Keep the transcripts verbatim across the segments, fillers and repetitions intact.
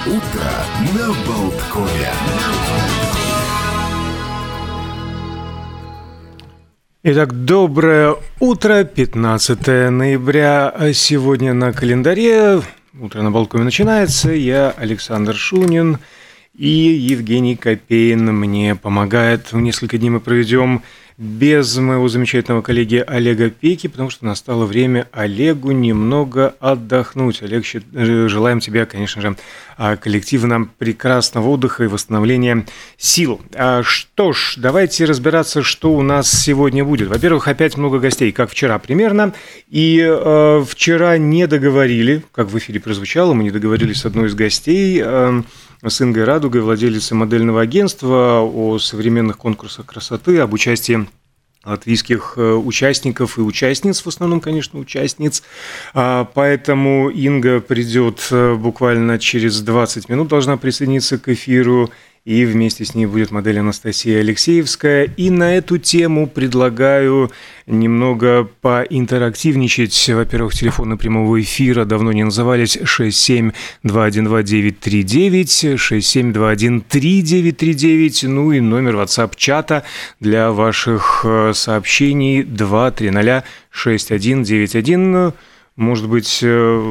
Утро на Болткове. Итак, доброе утро, пятнадцатое ноября, сегодня на календаре. Утро на Болткове начинается, я Александр Шунин и Евгений Копейн мне помогает. В несколько дней мы проведем без моего замечательного коллеги Олега Пеки, потому что настало время Олегу немного отдохнуть. Олег, желаем тебе, конечно же, коллективно прекрасного отдыха и восстановления сил. Что ж, давайте разбираться, что у нас сегодня будет. Во-первых, опять много гостей, как вчера примерно. И э, вчера не договорили, как в эфире прозвучало, мы не договорились с одной из гостей, э, с Ингой Радугой, владелицей модельного агентства, о современных конкурсах красоты, об участии латвийских участников и участниц, в основном, конечно, участниц. Поэтому Инга придет буквально через двадцать минут, должна присоединиться к эфиру, и вместе с ней будет модель Анастасия Алексеевская. И на эту тему предлагаю немного поинтерактивничать. Во-первых, телефоны прямого эфира давно не назывались: шесть семь два один два девять три девять, шесть семь два один три девять три девять, ну и номер WhatsApp-чата для ваших сообщений два три ноль шесть один девять один. Может быть,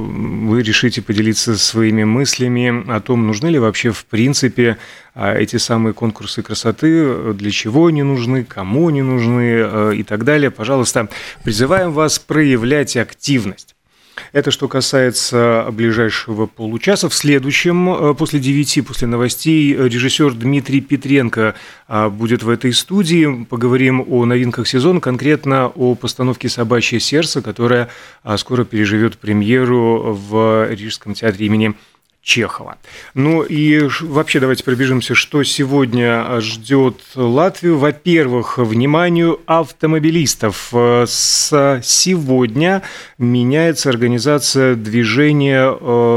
вы решите поделиться своими мыслями о том, нужны ли вообще в принципе эти самые конкурсы красоты, для чего они нужны, кому они нужны и так далее. Пожалуйста, призываем вас проявлять активность. Это что касается ближайшего получаса. В следующем, после девяти, после новостей, режиссер Дмитрий Петренко будет в этой студии. Поговорим о новинках сезона, конкретно о постановке «Собачье сердце», которая скоро переживет премьеру в Рижском театре имени Чехова. Ну и вообще давайте пробежимся, что сегодня ждет Латвию. Во-первых, вниманию автомобилистов. С сегодня меняется организация движения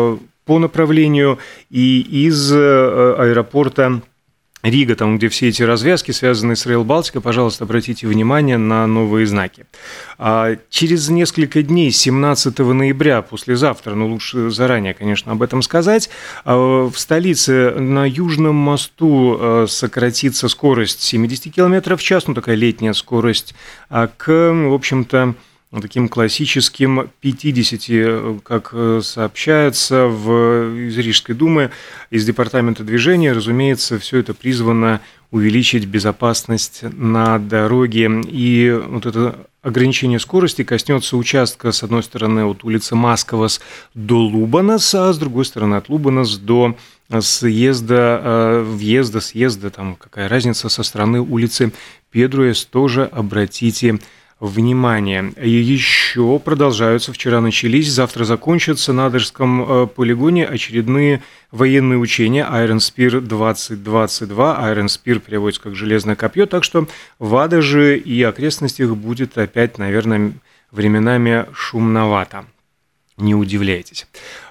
по направлению и из аэропорта Рига, там, где все эти развязки, связанные с Рейл Балтика, пожалуйста, обратите внимание на новые знаки. Через несколько дней, семнадцатого ноября, послезавтра, но лучше заранее, конечно, об этом сказать, в столице на Южном мосту сократится скорость семьдесят километров в час, ну, такая летняя скорость, к, в общем-то, таким классическим пятидесяти, как сообщается в, из Рижской думы, из департамента движения. Разумеется, все это призвано увеличить безопасность на дороге. И вот это ограничение скорости коснется участка, с одной стороны, от улицы Маскавас до Лубанас, а с другой стороны, от Лубанас до съезда, въезда, съезда, там какая разница, со стороны улицы Педруэс. Тоже обратите внимание. И еще продолжаются, вчера начались, завтра закончатся на Адерском полигоне очередные военные учения Iron Spear двадцать двадцать два. Iron Spear переводится как «железное копье», так что в Адаже и окрестностях будет опять, наверное, временами шумновато. Не удивляйтесь.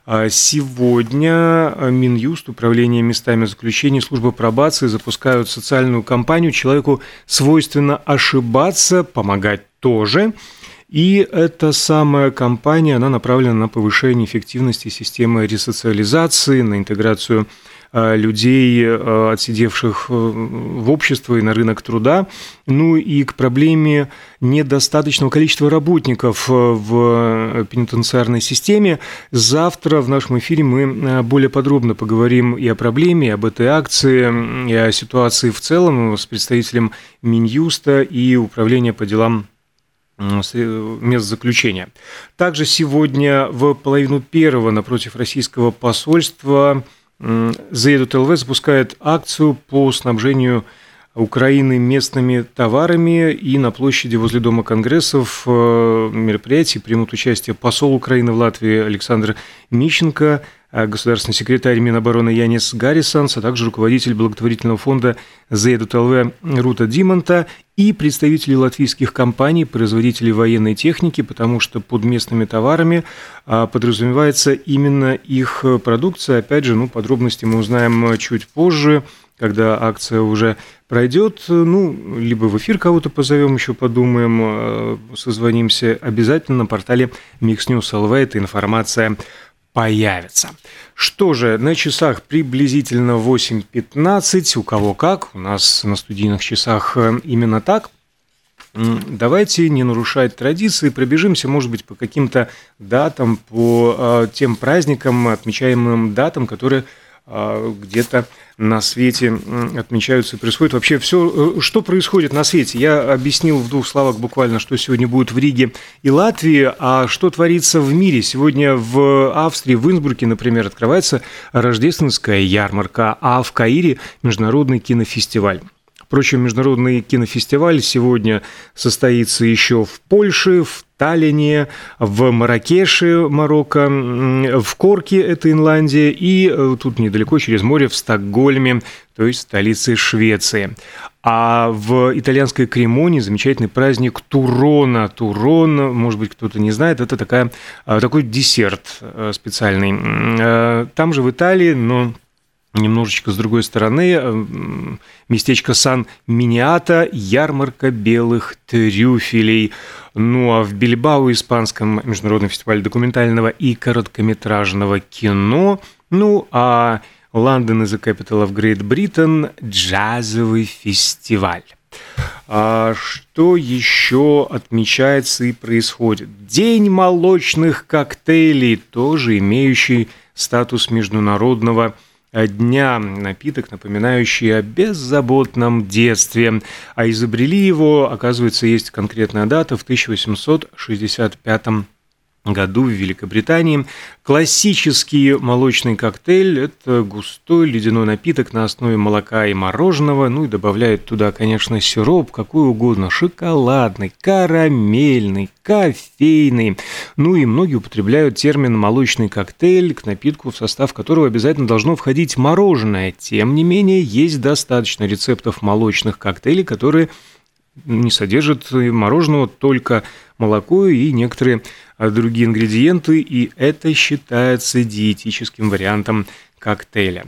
Сегодня Минюст, Управление местами заключения, служба пробации запускают социальную кампанию «Человеку свойственно ошибаться, помогать тоже». И эта самая кампания, она направлена на повышение эффективности системы ресоциализации, на интеграцию людей, отсидевших в общество и на рынок труда, ну и к проблеме недостаточного количества работников в пенитенциарной системе. Завтра в нашем эфире мы более подробно поговорим и о проблеме, и об этой акции, и о ситуации в целом с представителем Минюста и Управления по делам мест заключения. Также сегодня в половину первого напротив российского посольства «Заедут ЛВ» запускает акцию по снабжению Украины местными товарами, и на площади возле Дома конгрессов мероприятий примут участие посол Украины в Латвии Александр Мищенко, государственный секретарь Минобороны Янис Гаррисонс, а также руководитель благотворительного фонда «Заедут ЛВ» Рута Димонта и представители латвийских компаний, производителей военной техники, потому что под местными товарами подразумевается именно их продукция. Опять же, ну, подробности мы узнаем чуть позже, когда акция уже пройдет. Ну, либо в эфир кого-то позовем, еще подумаем, созвонимся. Обязательно на портале Mixnews точка эл ви эта информация появится. Что же, на часах приблизительно восемь пятнадцать, у кого как, у нас на студийных часах именно так. Давайте не нарушать традиции, пробежимся, может быть, по каким-то датам, по тем праздникам, отмечаемым датам, которые где-то на свете отмечаются и происходит. Вообще все, что происходит на свете. Я объяснил в двух словах буквально, что сегодня будет в Риге и Латвии, а что творится в мире. Сегодня в Австрии, в Инсбруке, например, открывается рождественская ярмарка, а в Каире международный кинофестиваль. Впрочем, международный кинофестиваль сегодня состоится еще в Польше, в Таллине, в Марракеше, Марокко, в Корке, это Инландия, и тут недалеко через море в Стокгольме, то есть столице Швеции. А в итальянской Кремоне замечательный праздник Турона. Турон, может быть, кто-то не знает, это такая, такой десерт специальный. Там же в Италии, но немножечко с другой стороны, местечко Сан-Миниато, ярмарка белых трюфелей. Ну а в Бильбао, испанском, международный фестиваль документального и короткометражного кино. Ну а London is the capital of Great Britain, джазовый фестиваль. А что еще отмечается и происходит? День молочных коктейлей, тоже имеющий статус международного дня, напиток, напоминающий о беззаботном детстве. А изобрели его, оказывается, есть конкретная дата, в тысяча восемьсот шестьдесят пятом году в Великобритании. Классический молочный коктейль – это густой ледяной напиток на основе молока и мороженого, ну и добавляют туда, конечно, сироп, какой угодно, шоколадный, карамельный, кофейный. Ну и многие употребляют термин «молочный коктейль» к напитку, в состав которого обязательно должно входить мороженое. Тем не менее, есть достаточно рецептов молочных коктейлей, которые не содержат мороженого, только молоко и некоторые другие ингредиенты, и это считается диетическим вариантом коктейля.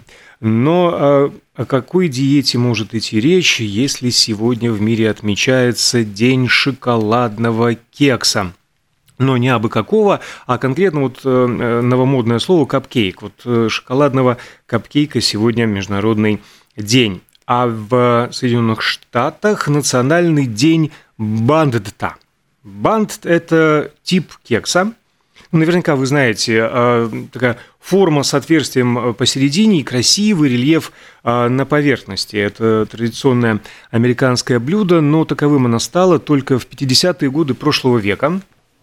Но о какой диете может идти речь, если сегодня в мире отмечается День шоколадного кекса? Но не абы какого, а конкретно вот новомодное слово «капкейк». Вот шоколадного капкейка сегодня международный день. А в Соединенных Штатах национальный день бандта. Бандт – это тип кекса. Наверняка вы знаете, такая форма с отверстием посередине и красивый рельеф на поверхности. Это традиционное американское блюдо, но таковым оно стало только в пятидесятые годы прошлого века.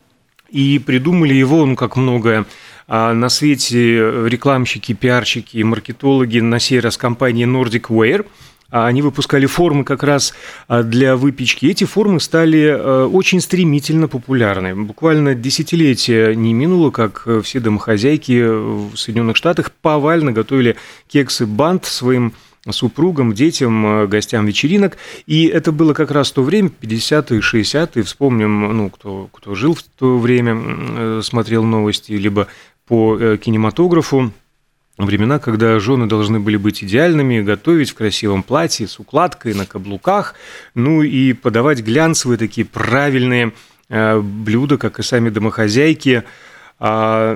И придумали его, ну, как многое на свете, рекламщики, пиарщики и маркетологи, на сей раз компании Nordic Ware. Они выпускали формы как раз для выпечки. Эти формы стали очень стремительно популярны. Буквально десятилетия не минуло, как все домохозяйки в Соединенных Штатах повально готовили кексы бандт своим супругам, детям, гостям вечеринок. И это было как раз то время, пятидесятые, шестидесятые. Вспомним, ну, кто, кто жил в то время, смотрел новости, либо по кинематографу. Времена, когда жены должны были быть идеальными, готовить в красивом платье с укладкой на каблуках, ну и подавать глянцевые такие правильные э, блюда, как и сами домохозяйки. А,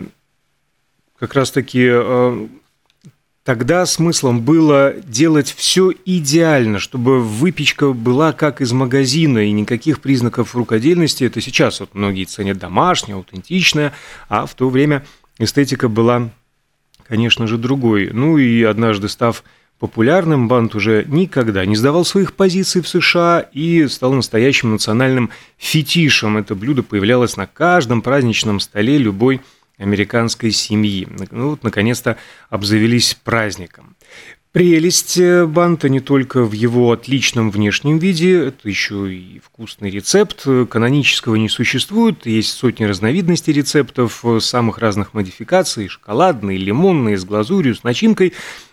как раз-таки э, тогда смыслом было делать все идеально, чтобы выпечка была как из магазина, и никаких признаков рукодельности. Это сейчас вот многие ценят домашнее, аутентичное, а в то время эстетика была, конечно же, другой. Ну и однажды, став популярным, бандт уже никогда не сдавал своих позиций в США и стал настоящим национальным фетишем. Это блюдо появлялось на каждом праздничном столе любой американской семьи. Ну вот, наконец-то, обзавелись праздником. Прелесть бандта не только в его отличном внешнем виде, это еще и вкусный рецепт. Канонического не существует, есть сотни разновидностей рецептов, самых разных модификаций, шоколадные, лимонные, с глазурью, с начинкой.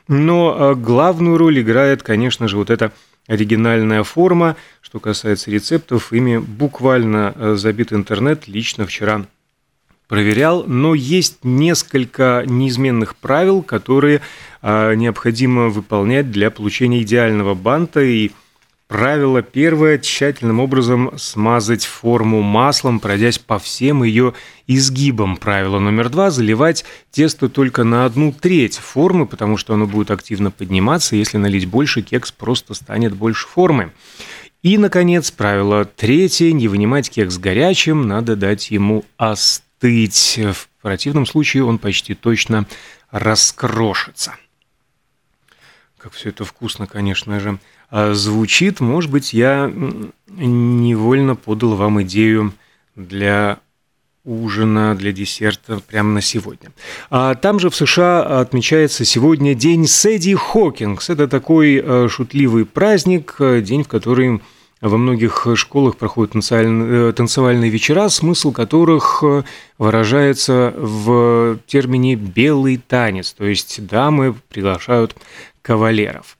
Но главную роль играет, конечно же, вот эта оригинальная форма. Что касается рецептов, ими буквально забит интернет. Лично вчера проверял, но есть несколько неизменных правил, которые а, необходимо выполнять для получения идеального бандта. И Правило первое – тщательным образом смазать форму маслом, пройдясь по всем ее изгибам. Правило номер два – заливать тесто только на одну треть формы, потому что оно будет активно подниматься. Если налить больше, кекс просто станет больше формы. И, наконец, правило третье – не вынимать кекс горячим, надо дать ему остыть. В противном случае он почти точно раскрошится. Как все это вкусно, конечно же, звучит. Может быть, я невольно подал вам идею для ужина, для десерта прямо на сегодня. А там же в США отмечается сегодня День Сэдди Хокингс. Это такой шутливый праздник, день, в который во многих школах проходят танцевальные вечера, смысл которых выражается в термине «белый танец», то есть дамы приглашают кавалеров.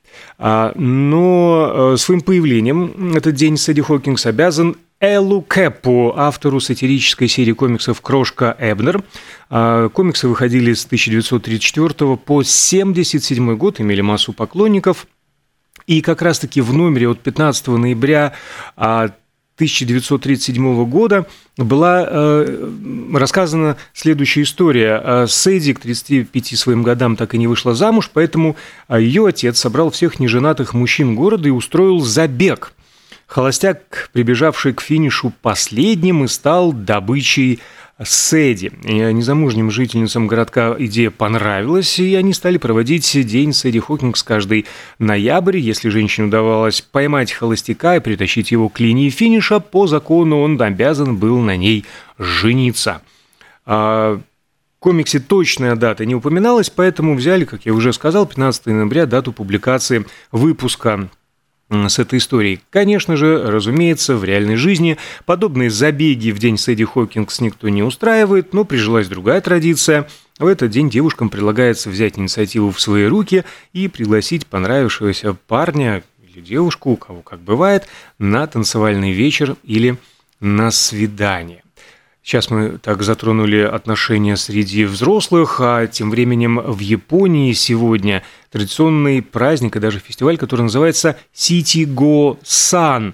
Но своим появлением этот день Сэдди Хокингс обязан Эллу Кэпу, автору сатирической серии комиксов «Крошка Эбнер». Комиксы выходили с тысяча девятьсот тридцать четвёртого по семьдесят седьмой год, имели массу поклонников. И как раз-таки в номере от пятнадцатого ноября тысяча девятьсот тридцать седьмого года была э, рассказана следующая история. Сэдди к тридцати пяти своим годам так и не вышла замуж, поэтому ее отец собрал всех неженатых мужчин города и устроил забег. Холостяк, прибежавший к финишу последним, и стал добычей Сэдди. Незамужним жительницам городка идея понравилась, и они стали проводить день Сэдди Хокингс каждый ноябрь. Если женщине удавалось поймать холостяка и притащить его к линии финиша, по закону он обязан был на ней жениться. В комиксе точная дата не упоминалась, поэтому взяли, как я уже сказал, пятнадцатого ноября, дату публикации выпуска с этой историей. Конечно же, разумеется, в реальной жизни подобные забеги в день Сэдди Хокингс никто не устраивает, но прижилась другая традиция. В этот день девушкам предлагается взять инициативу в свои руки и пригласить понравившегося парня или девушку, у кого как бывает, на танцевальный вечер или на свидание. Сейчас мы так затронули отношения среди взрослых, а тем временем в Японии сегодня традиционный праздник и даже фестиваль, который называется Ситиго-сан.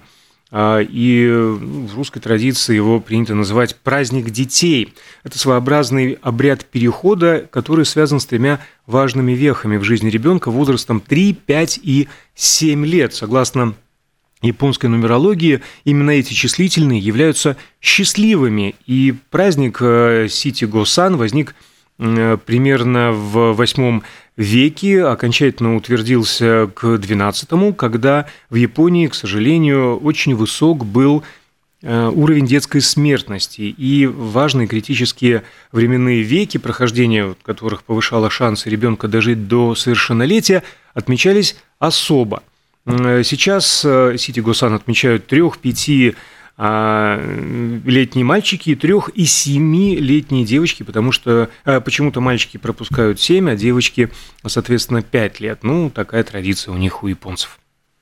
И в русской традиции его принято называть «праздник детей». Это своеобразный обряд перехода, который связан с тремя важными вехами в жизни ребенка возрастом три, пять и семь лет. Согласно японской нумерологии, именно эти числительные являются счастливыми, и праздник Ситиго-сан возник примерно в восьмом веке, окончательно утвердился к двенадцатому, когда в Японии, к сожалению, очень высок был уровень детской смертности, и важные критические временные веки, прохождение которых повышало шансы ребенка дожить до совершеннолетия, отмечались особо. Сейчас Ситиго-сан отмечают трех-пяти летние мальчики и трех- и семилетние девочки, потому что почему-то мальчики пропускают семь, а девочки, соответственно, пять лет. Ну, такая традиция у них, у японцев.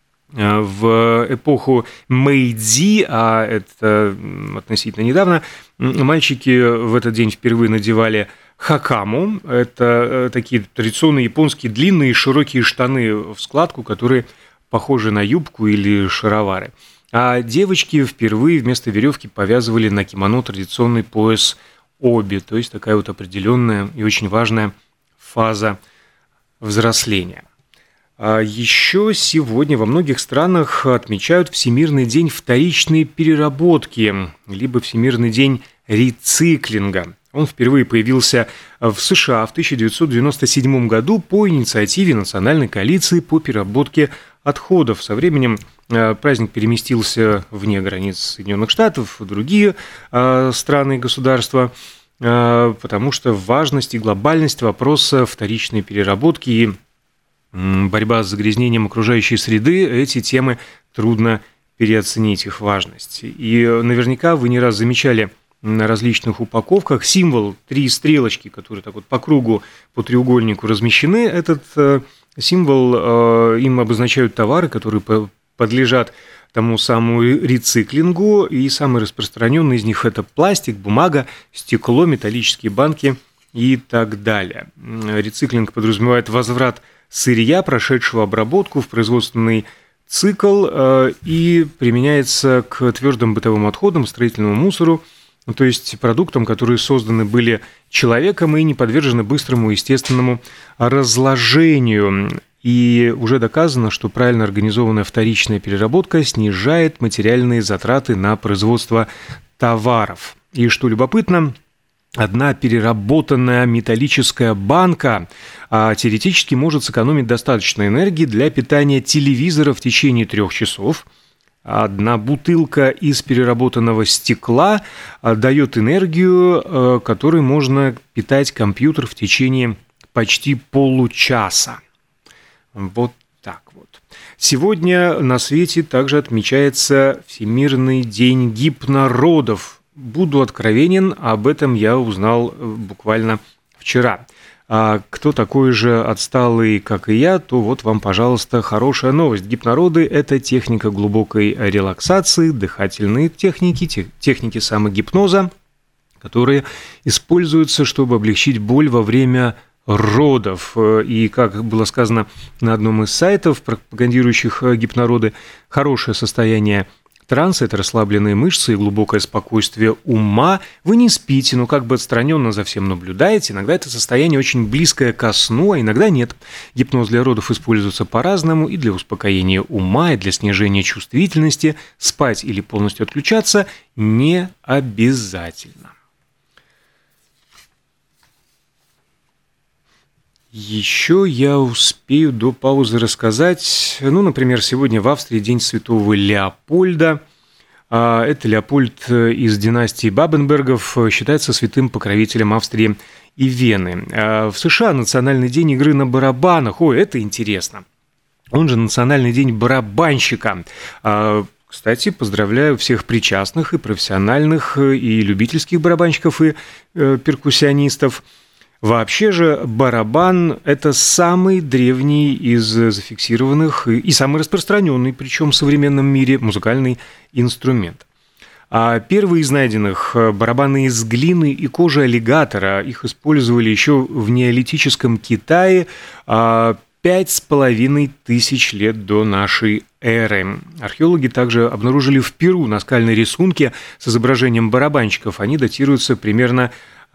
В эпоху Мэйдзи, а это относительно недавно, мальчики в этот день впервые надевали хакаму. Это такие традиционные японские длинные широкие штаны в складку, которые похожи на юбку или шаровары. А девочки впервые вместо веревки повязывали на кимоно традиционный пояс оби, то есть такая вот определенная и очень важная фаза взросления. А еще сегодня во многих странах отмечают Всемирный день вторичной переработки, либо Всемирный день рециклинга. Он впервые появился в США в тысяча девятьсот девяносто седьмом году по инициативе Национальной коалиции по переработке отходов. Со временем праздник переместился вне границ Соединенных Штатов, в другие страны и государства, потому что важность и глобальность вопроса вторичной переработки и борьба с загрязнением окружающей среды, эти темы трудно переоценить их важность. И наверняка вы не раз замечали на различных упаковках символ три стрелочки, которые так вот по кругу, по треугольнику размещены. Этот символ, им обозначают товары, которые подлежат тому самому рециклингу, и самый распространенный из них – это пластик, бумага, стекло, металлические банки и так далее. Рециклинг подразумевает возврат сырья, прошедшего обработку в производственный цикл и применяется к твердым бытовым отходам, строительному мусору, то есть продуктам, которые созданы были человеком и не подвержены быстрому естественному разложению. И уже доказано, что правильно организованная вторичная переработка снижает материальные затраты на производство товаров. И что любопытно, одна переработанная металлическая банка а, теоретически может сэкономить достаточно энергии для питания телевизора в течение трех часов. Одна бутылка из переработанного стекла а, дает энергию, а, которой можно питать компьютер в течение почти получаса. Вот так вот. Сегодня на свете также отмечается Всемирный день гипнородов. Буду откровенен, об этом я узнал буквально вчера. А кто такой же отсталый, как и я, то вот вам, пожалуйста, хорошая новость. Гипнороды – это техника глубокой релаксации, дыхательные техники, техники самогипноза, которые используются, чтобы облегчить боль во время родов. И, как было сказано на одном из сайтов, пропагандирующих гипнороды, хорошее состояние транса – это расслабленные мышцы и глубокое спокойствие ума. Вы не спите, но как бы отстраненно за всем наблюдаете. Иногда это состояние очень близкое ко сну, а иногда нет. Гипноз для родов используется по-разному и для успокоения ума, и для снижения чувствительности. Спать или полностью отключаться не обязательно. Еще я успею до паузы рассказать, ну, например, сегодня в Австрии День Святого Леопольда. Это Леопольд из династии Бабенбергов, считается святым покровителем Австрии и Вены. В США Национальный день игры на барабанах. Ой, это интересно. Он же Национальный день барабанщика. Кстати, поздравляю всех причастных и профессиональных, и любительских барабанщиков, и перкуссионистов. Вообще же барабан – это самый древний из зафиксированных и самый распространенный, причем в современном мире, музыкальный инструмент. А первые из найденных барабаны из глины и кожи аллигатора, их использовали еще в неолитическом Китае пять с половиной тысяч лет до нашей эры. Археологи также обнаружили в Перу наскальные рисунки с изображением барабанщиков. Они датируются примерно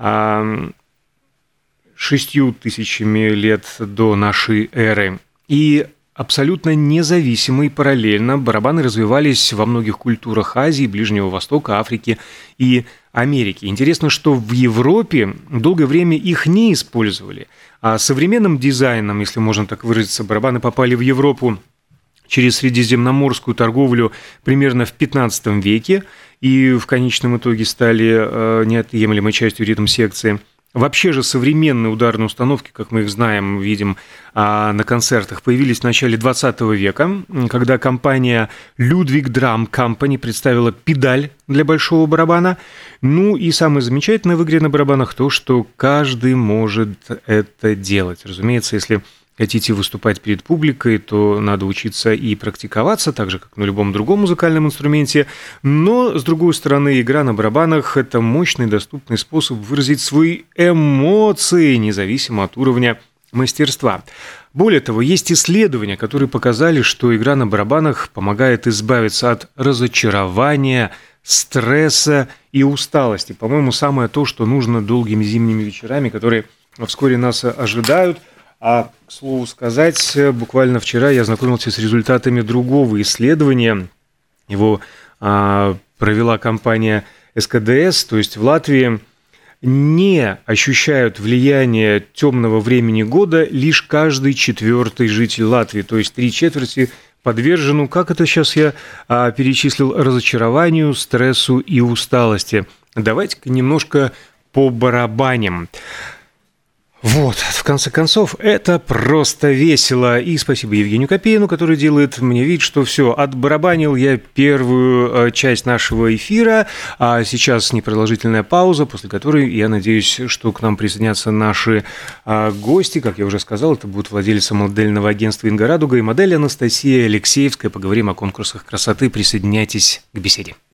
шестью тысячами лет до нашей эры. И абсолютно независимо и параллельно барабаны развивались во многих культурах Азии, Ближнего Востока, Африки и Америки. Интересно, что в Европе долгое время их не использовали. А современным дизайном, если можно так выразиться, барабаны попали в Европу через средиземноморскую торговлю примерно в пятнадцатом веке и в конечном итоге стали неотъемлемой частью ритм-секции. Вообще же современные ударные установки, как мы их знаем, видим на концертах, появились в начале двадцатого века, когда компания Ludwig Drum Company представила педаль для большого барабана. Ну и самое замечательное в игре на барабанах то, что каждый может это делать. Разумеется, если хотите выступать перед публикой, то надо учиться и практиковаться, так же, как на любом другом музыкальном инструменте. Но, с другой стороны, игра на барабанах – это мощный, доступный способ выразить свои эмоции, независимо от уровня мастерства. Более того, есть исследования, которые показали, что игра на барабанах помогает избавиться от разочарования, стресса и усталости. По-моему, самое то, что нужно долгими зимними вечерами, которые вскоре нас ожидают. А, к слову сказать, буквально вчера я ознакомился с результатами другого исследования. Его а, провела компания эс ка дэ эс, то есть в Латвии не ощущают влияние темного времени года лишь каждый четвертый житель Латвии, то есть три четверти подвержену, как это сейчас я а, перечислил, разочарованию, стрессу и усталости. Давайте-ка немножко побарабаним. Вот, в конце концов, это просто весело. И спасибо Евгению Копейну, который делает мне вид, что все, отбарабанил я первую часть нашего эфира, а сейчас непродолжительная пауза, после которой, я надеюсь, что к нам присоединятся наши гости. Как я уже сказал, это будут владельцы модельного агентства «Инга Радуга» и модель Анастасия Алексеевская. Поговорим о конкурсах красоты. Присоединяйтесь к беседе.